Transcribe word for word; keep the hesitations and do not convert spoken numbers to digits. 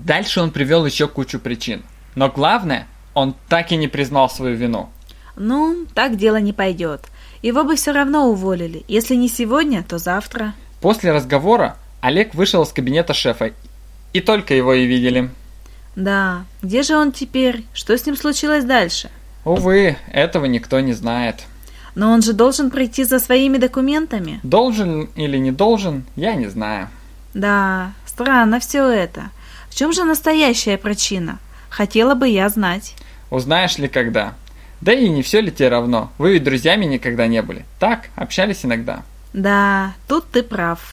Дальше он привел еще кучу причин. Но главное, он так и не признал свою вину. Ну, так дело не пойдет. Его бы все равно уволили. Если не сегодня, то завтра. После разговора Олег вышел из кабинета шефа. И только его и видели. Да, где же он теперь? Что с ним случилось дальше? Увы, этого никто не знает. Но он же должен прийти за своими документами. Должен или не должен, я не знаю. Да, странно все это. В чем же настоящая причина? Хотела бы я знать. Узнаешь ли когда? Да и не все ли тебе равно? Вы ведь друзьями никогда не были. Так, общались иногда. Да, тут ты прав.